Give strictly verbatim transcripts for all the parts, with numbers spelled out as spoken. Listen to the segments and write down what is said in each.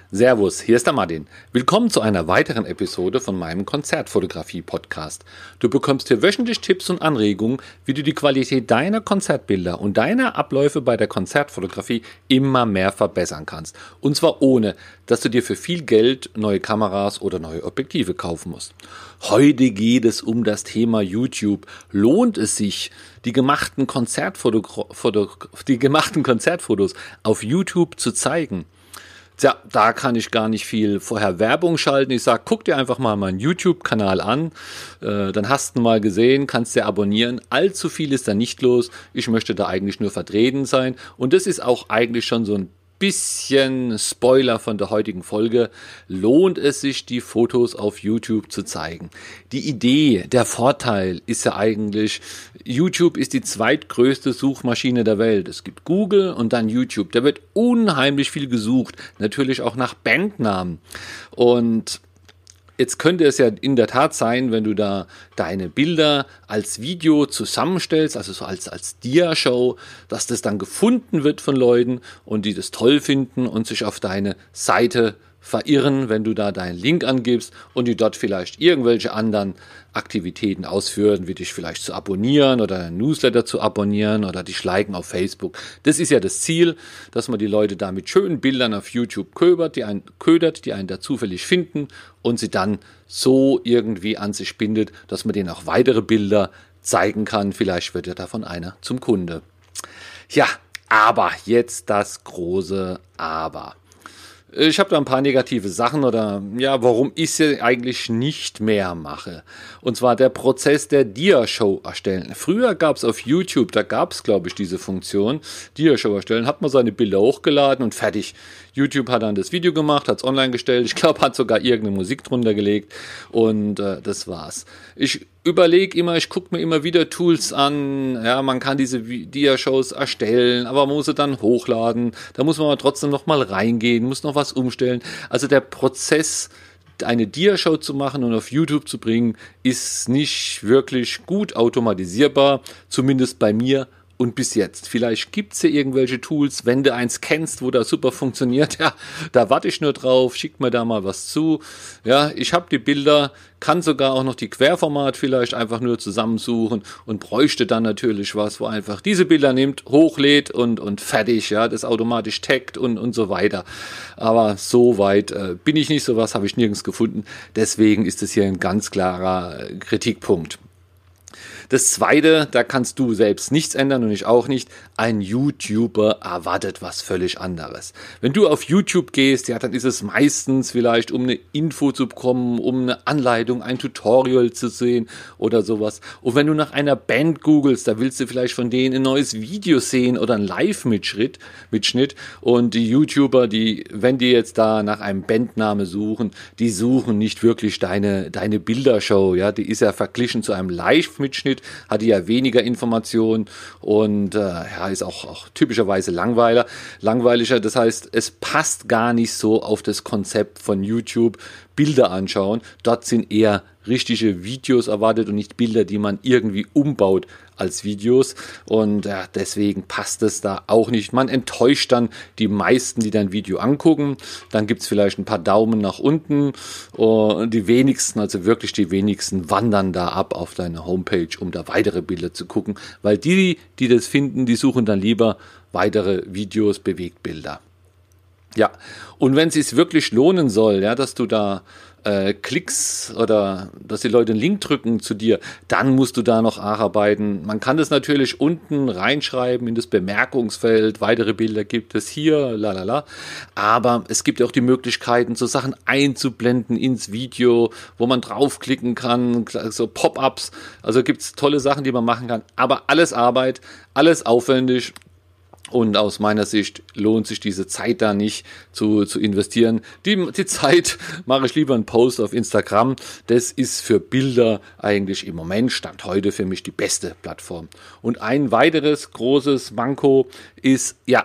Servus, hier ist der Martin. Willkommen zu einer weiteren Episode von meinem Konzertfotografie-Podcast. Du bekommst hier wöchentlich Tipps und Anregungen, wie du die Qualität deiner Konzertbilder und deiner Abläufe bei der Konzertfotografie immer mehr verbessern kannst. Und zwar ohne, dass du dir für viel Geld neue Kameras oder neue Objektive kaufen musst. Heute geht es um das Thema YouTube. Lohnt es sich, die gemachten Konzertfoto- Foto- die gemachten Konzertfotos auf YouTube zu zeigen? Tja, da kann ich gar nicht viel vorher Werbung schalten. Ich sage, guck dir einfach mal meinen YouTube-Kanal an, äh, dann hast du mal gesehen, kannst dir abonnieren. Allzu viel ist da nicht los. Ich möchte da eigentlich nur vertreten sein. Und das ist auch eigentlich schon so ein bisschen Spoiler von der heutigen Folge. Lohnt es sich, die Fotos auf YouTube zu zeigen? Die Idee, der Vorteil ist ja eigentlich, YouTube ist die zweitgrößte Suchmaschine der Welt. Es gibt Google und dann YouTube. Da wird unheimlich viel gesucht. Natürlich auch nach Bandnamen. Und jetzt könnte es ja in der Tat sein, wenn du da deine Bilder als Video zusammenstellst, also so als, als Dia-Show, dass das dann gefunden wird von Leuten und die das toll finden und sich auf deine Seite verirren, wenn du da deinen Link angibst und die dort vielleicht irgendwelche anderen Aktivitäten ausführen, wie dich vielleicht zu abonnieren oder einen Newsletter zu abonnieren oder dich liken auf Facebook. Das ist ja das Ziel, dass man die Leute da mit schönen Bildern auf YouTube ködert, die einen, ködert, die einen da zufällig finden und sie dann so irgendwie an sich bindet, dass man denen auch weitere Bilder zeigen kann. Vielleicht wird ja davon einer zum Kunde. Ja, aber jetzt das große Aber. Ich habe da ein paar negative Sachen oder ja, warum ich sie eigentlich nicht mehr mache. Und zwar der Prozess der Dia-Show erstellen. Früher gab es auf YouTube, da gab es glaube ich diese Funktion, Dia-Show erstellen, hat man seine Bilder hochgeladen und fertig. YouTube hat dann das Video gemacht, hat es online gestellt, ich glaube hat sogar irgendeine Musik drunter gelegt und äh, das war's. Ich überlege immer, ich gucke mir immer wieder Tools an, ja, man kann diese Dia-Shows erstellen, aber man muss sie dann hochladen, da muss man aber trotzdem noch mal reingehen, muss noch was umstellen. Also der Prozess, eine Dia-Show zu machen und auf YouTube zu bringen, ist nicht wirklich gut automatisierbar, zumindest bei mir. Und bis jetzt, vielleicht gibt es ja irgendwelche Tools, wenn du eins kennst, wo das super funktioniert, ja, da warte ich nur drauf, schick mir da mal was zu. Ja, ich habe die Bilder, kann sogar auch noch die Querformat vielleicht einfach nur zusammensuchen und bräuchte dann natürlich was, wo einfach diese Bilder nimmt, hochlädt und, und fertig, ja, das automatisch taggt und, und so weiter. Aber so weit äh, bin ich nicht, sowas habe ich nirgends gefunden. Deswegen ist das hier ein ganz klarer äh, Kritikpunkt. Das Zweite, da kannst du selbst nichts ändern und ich auch nicht. Ein YouTuber erwartet was völlig anderes. Wenn du auf YouTube gehst, ja, dann ist es meistens vielleicht, um eine Info zu bekommen, um eine Anleitung, ein Tutorial zu sehen oder sowas. Und wenn du nach einer Band googelst, da willst du vielleicht von denen ein neues Video sehen oder ein Live-Mitschnitt. Mitschnitt. Und die YouTuber, die, wenn die jetzt da nach einem Bandname suchen, die suchen nicht wirklich deine, deine Bildershow. Ja, die ist ja verglichen zu einem Live-Mitschnitt, hat die ja weniger Informationen und äh, ja, ist auch, auch typischerweise langweiler, langweiliger. Das heißt, es passt gar nicht so auf das Konzept von YouTube. Bilder anschauen. Dort sind eher richtige Videos erwartet und nicht Bilder, die man irgendwie umbaut als Videos. Und ja, deswegen passt es da auch nicht. Man enttäuscht dann die meisten, die dein Video angucken. Dann gibt es vielleicht ein paar Daumen nach unten. Und die wenigsten, also wirklich die wenigsten, wandern da ab auf deine Homepage, um da weitere Bilder zu gucken. Weil die, die das finden, die suchen dann lieber weitere Videos, Bewegtbilder. Ja, und wenn es sich wirklich lohnen soll, ja, dass du da äh, Klicks oder dass die Leute einen Link drücken zu dir, dann musst du da noch arbeiten. Man kann das natürlich unten reinschreiben in das Bemerkungsfeld, weitere Bilder gibt es hier, lalala. Aber es gibt auch die Möglichkeiten, so Sachen einzublenden ins Video, wo man draufklicken kann, so Pop-ups. Also gibt es tolle Sachen, die man machen kann. Aber alles Arbeit, alles aufwendig. Und aus meiner Sicht lohnt sich diese Zeit da nicht zu, zu investieren. Die, die Zeit mache ich lieber einen Post auf Instagram. Das ist für Bilder eigentlich im Moment, Stand heute, für mich die beste Plattform. Und ein weiteres großes Manko ist, ja,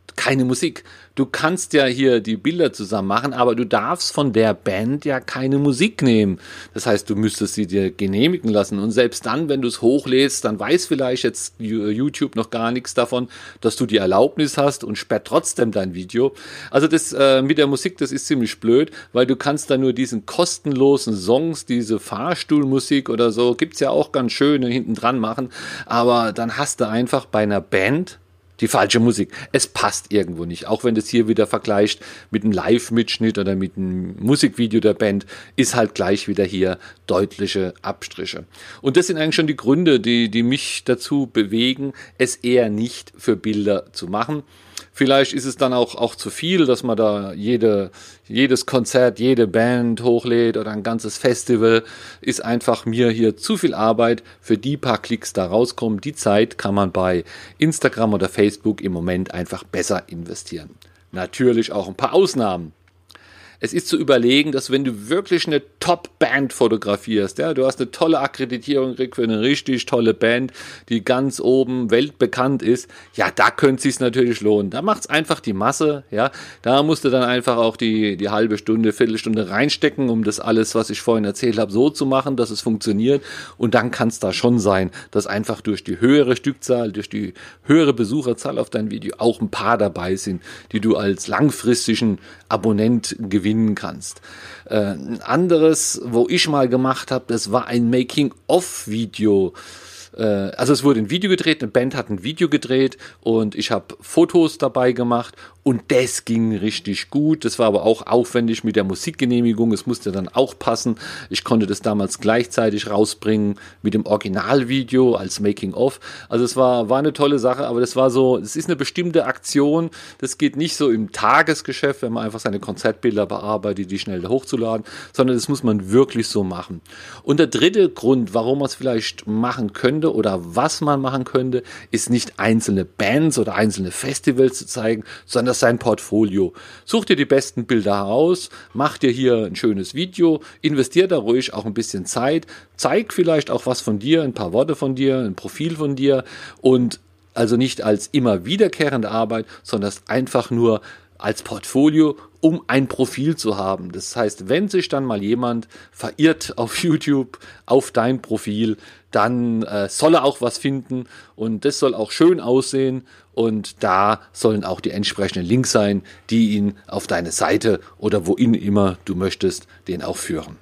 keine Musik. Du kannst ja hier die Bilder zusammen machen, aber du darfst von der Band ja keine Musik nehmen. Das heißt, du müsstest sie dir genehmigen lassen. Und selbst dann, wenn du es hochlädst, dann weiß vielleicht jetzt YouTube noch gar nichts davon, dass du die Erlaubnis hast und sperrt trotzdem dein Video. Also das äh, mit der Musik, das ist ziemlich blöd, weil du kannst da nur diesen kostenlosen Songs, diese Fahrstuhlmusik oder so, gibt's ja auch ganz schön hinten dran machen. Aber dann hast du einfach bei einer Band die falsche Musik. Es passt irgendwo nicht. Auch wenn das hier wieder vergleicht mit einem Live-Mitschnitt oder mit einem Musikvideo der Band, ist halt gleich wieder hier deutliche Abstriche. Und das sind eigentlich schon die Gründe, die, die mich dazu bewegen, es eher nicht für Bilder zu machen. Vielleicht ist es dann auch, auch zu viel, dass man da jede, jedes Konzert, jede Band hochlädt oder ein ganzes Festival. Ist einfach mir hier zu viel Arbeit für die paar Klicks da rauskommen. Die Zeit kann man bei Instagram oder Facebook im Moment einfach besser investieren. Natürlich auch ein paar Ausnahmen. Es ist zu überlegen, dass wenn du wirklich eine Top-Band fotografierst, ja, du hast eine tolle Akkreditierung gekriegt für eine richtig tolle Band, die ganz oben weltbekannt ist, ja, da könnte es sich natürlich lohnen. Da macht es einfach die Masse, ja, da musst du dann einfach auch die, die halbe Stunde, Viertelstunde reinstecken, um das alles, was ich vorhin erzählt habe, so zu machen, dass es funktioniert. Und dann kann es da schon sein, dass einfach durch die höhere Stückzahl, durch die höhere Besucherzahl auf dein Video auch ein paar dabei sind, die du als langfristigen Abonnent gewinnen kannst. Äh, ein anderes, wo ich mal gemacht habe, das war ein Making-of-Video. Äh, also es wurde ein Video gedreht, eine Band hat ein Video gedreht und ich habe Fotos dabei gemacht und das ging richtig gut. Das war aber auch aufwendig mit der Musikgenehmigung. Es musste dann auch passen. Ich konnte das damals gleichzeitig rausbringen mit dem Originalvideo als Making-of. Also es war, war eine tolle Sache, aber das war so, es ist eine bestimmte Aktion. Das geht nicht so im Tagesgeschäft, wenn man einfach seine Konzertbilder bearbeitet, die schnell hochzuladen, sondern das muss man wirklich so machen. Und der dritte Grund, warum man es vielleicht machen könnte oder was man machen könnte, ist nicht einzelne Bands oder einzelne Festivals zu zeigen, sondern sein Portfolio. Such dir die besten Bilder heraus, mach dir hier ein schönes Video, investier da ruhig auch ein bisschen Zeit, zeig vielleicht auch was von dir, ein paar Worte von dir, ein Profil von dir und also nicht als immer wiederkehrende Arbeit, sondern einfach nur als Portfolio, um ein Profil zu haben. Das heißt, wenn sich dann mal jemand verirrt auf YouTube, auf dein Profil, dann äh, soll er auch was finden und das soll auch schön aussehen und da sollen auch die entsprechenden Links sein, die ihn auf deine Seite oder wohin immer du möchtest, den auch führen.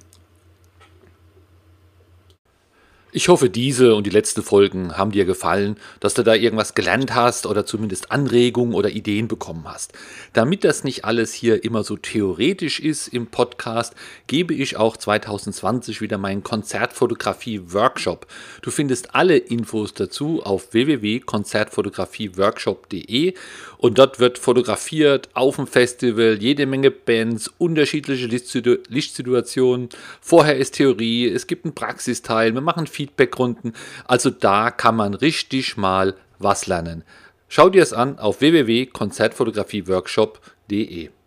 Ich hoffe, diese und die letzten Folgen haben dir gefallen, dass du da irgendwas gelernt hast oder zumindest Anregungen oder Ideen bekommen hast. Damit das nicht alles hier immer so theoretisch ist im Podcast, gebe ich auch zwanzig zwanzig wieder meinen Konzertfotografie-Workshop. Du findest alle Infos dazu auf w w w punkt konzertfotografieworkshop punkt de und dort wird fotografiert auf dem Festival, jede Menge Bands, unterschiedliche Lichtsitu- Lichtsituationen. Vorher ist Theorie, es gibt einen Praxisteil, wir machen Feedbackrunden. Also da kann man richtig mal was lernen. Schau dir es an auf w w w punkt konzertfotografieworkshop punkt de.